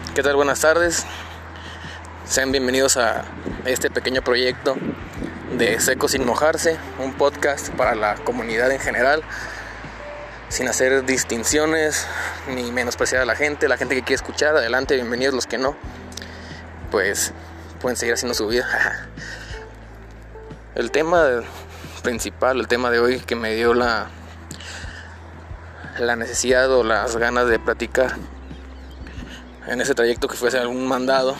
¿Qué tal? Buenas tardes. Sean bienvenidos a este pequeño proyecto de Seco sin mojarse, un podcast para la comunidad en general, sin hacer distinciones ni menospreciar a la gente que quiere escuchar, adelante, bienvenidos. Los que no, pues pueden seguir haciendo su vida. El tema principal, el tema de hoy que me dio la necesidad o las ganas de platicar en ese trayecto que fue hacer algún mandado,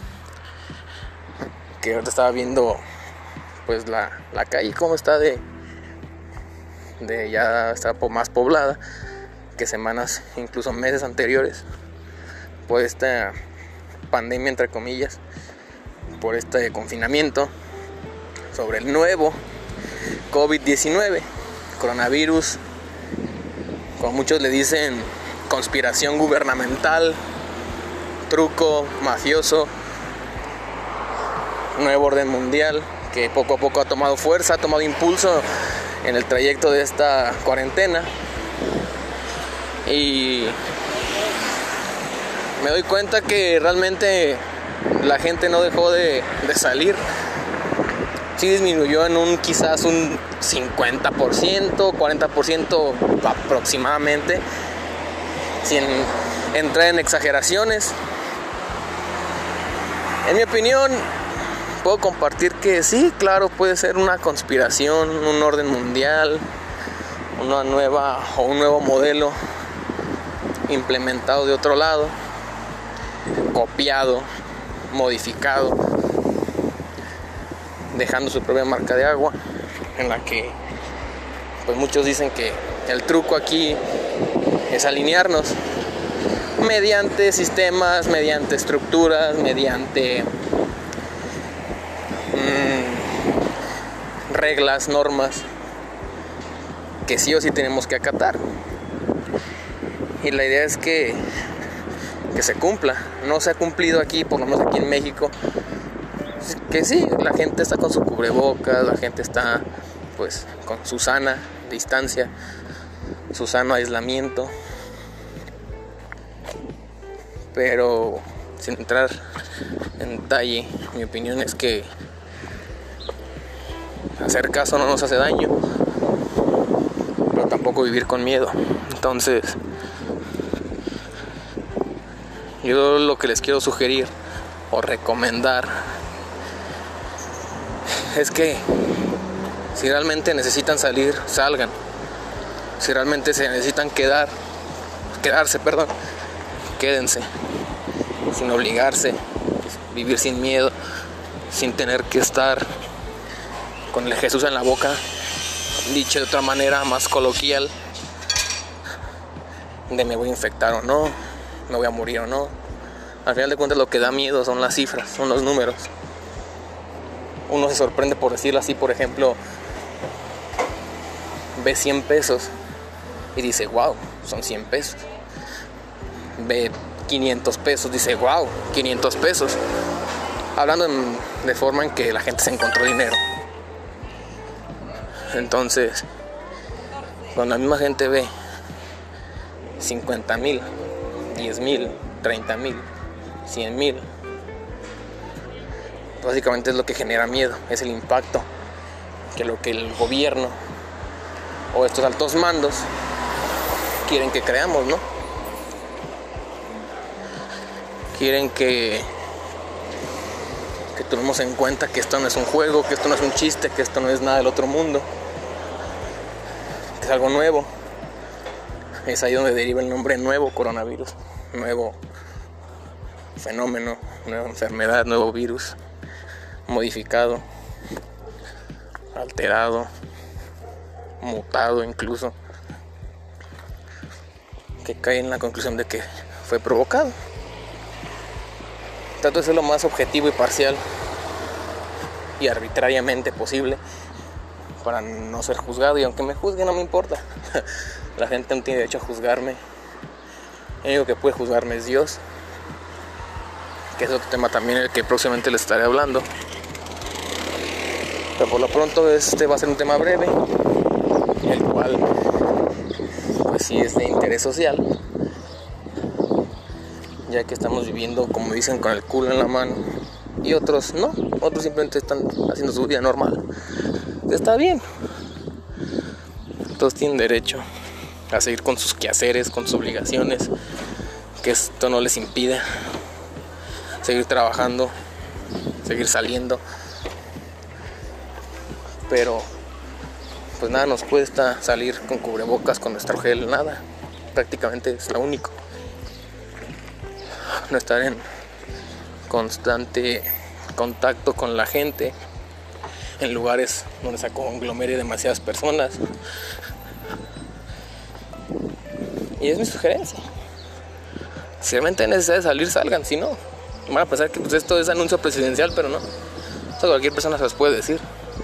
que ahorita estaba viendo pues la calle cómo está de ya está más poblada que semanas, incluso meses anteriores, por esta pandemia entre comillas, por este confinamiento sobre el nuevo COVID-19, coronavirus, como muchos le dicen, conspiración gubernamental, truco mafioso, nuevo orden mundial que poco a poco ha tomado fuerza, ha tomado impulso en el trayecto de esta cuarentena. Y me doy cuenta que realmente la gente no dejó de salir. Sí disminuyó en quizás un 50%, 40% aproximadamente, sin entrar en exageraciones. En mi opinión, puedo compartir que sí, claro, puede ser una conspiración, un orden mundial, un nuevo modelo implementado de otro lado, copiado, modificado, dejando su propia marca de agua, en la que pues muchos dicen que el truco aquí es alinearnos mediante sistemas, mediante estructuras, mediante reglas, normas que sí o sí tenemos que acatar. Y la idea es que se cumpla. No se ha cumplido aquí, por lo menos aquí en México, que sí, la gente está con su cubrebocas, la gente está pues con su sana distancia, su sano aislamiento, pero sin entrar en detalle, mi opinión es que hacer caso no nos hace daño, pero tampoco vivir con miedo. Entonces, yo lo que les quiero sugerir o recomendar es que si realmente necesitan salir, salgan. Si realmente se necesitan quedarse, quédense, sin obligarse, vivir sin miedo, sin tener que estar con el Jesús en la boca, dicho de otra manera más coloquial, de me voy a infectar o no, me voy a morir o no. Al final de cuentas lo que da miedo son las cifras, son los números. Uno se sorprende por decirlo así, por ejemplo, ve 100 pesos y dice, wow, son 100 pesos. Ve 500 pesos, dice, wow, 500 pesos. Hablando de forma en que la gente se encontró dinero. Entonces, cuando la misma gente ve 50,000, 10,000, 30,000, 100,000, básicamente es lo que genera miedo, es el impacto que lo que el gobierno o estos altos mandos quieren que creamos, ¿no? Quieren que tomemos en cuenta que esto no es un juego, que esto no es un chiste, que esto no es nada del otro mundo, que es algo nuevo. Es ahí donde deriva el nombre nuevo coronavirus, nuevo fenómeno, nueva enfermedad, nuevo virus, modificado, alterado, mutado incluso, que cae en la conclusión de que fue provocado. Trato de ser lo más objetivo y parcial y arbitrariamente posible para no ser juzgado, y aunque me juzguen no me importa. La gente no tiene derecho a juzgarme. El único que puede juzgarme es Dios, que es otro tema también el que próximamente les estaré hablando. Pero por lo pronto este va a ser un tema breve, el cual pues sí es de interés social, ya que estamos viviendo, como dicen, con el culo en la mano, y otros no, otros simplemente están haciendo su vida normal. Está bien, todos tienen derecho a seguir con sus quehaceres, con sus obligaciones, que esto no les impide seguir trabajando, seguir saliendo, pero pues nada nos cuesta salir con cubrebocas, con nuestro gel, nada, prácticamente es lo único. No estar en constante contacto con la gente en lugares donde se conglomere demasiadas personas. Y es mi sugerencia. Si realmente es necesario salir, salgan. Si no, van a pensar que pues esto es anuncio presidencial, pero no. Eso cualquier persona se los puede decir.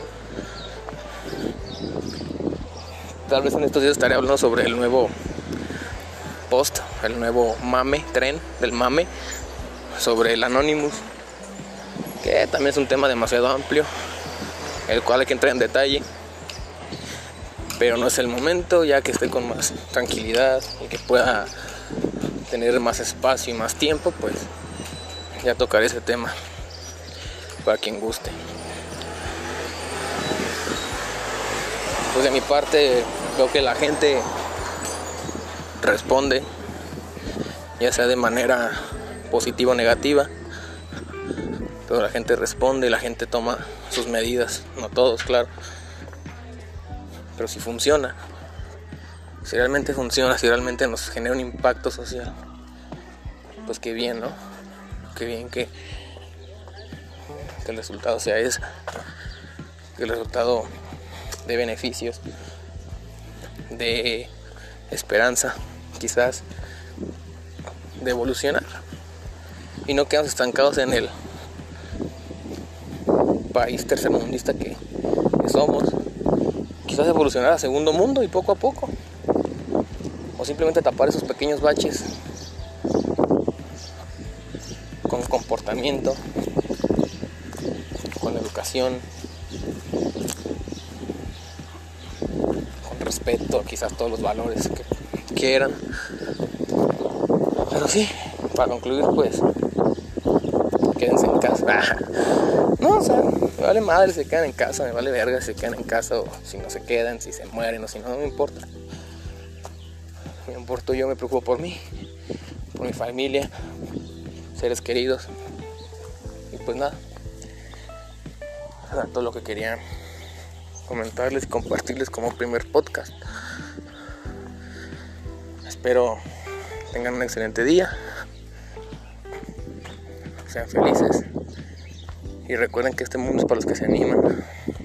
Tal vez en estos días estaré hablando sobre el nuevo post, el nuevo tren del mame, sobre el Anonymous, que también es un tema demasiado amplio, el cual hay que entrar en detalle, pero no es el momento, ya que estoy con más tranquilidad y que pueda tener más espacio y más tiempo, pues ya tocaré ese tema para quien guste. Pues de mi parte veo que la gente responde, ya sea de manera positiva o negativa, pero la gente responde y la gente toma sus medidas, no todos, claro, pero si funciona, si realmente funciona, si realmente nos genera un impacto social, pues qué bien, ¿no? Qué bien que el resultado sea ese, que el resultado de beneficios, de esperanza, quizás, de evolucionar y no quedamos estancados en el país tercermundista que somos. Quizás evolucionar a segundo mundo y poco a poco, o simplemente tapar esos pequeños baches con comportamiento, con educación, con respeto, quizás todos los valores que quieran. Pero sí, para concluir, pues quédense en casa. No, o sea, me vale madre si se quedan en casa, me vale verga si se quedan en casa o si no se quedan, si se mueren o si no, no me importa. Me importo yo, me preocupo por mí, por mi familia, seres queridos. Y pues nada, era todo lo que quería comentarles y compartirles como primer podcast. Espero tengan un excelente día, sean felices y recuerden que este mundo es para los que se animan.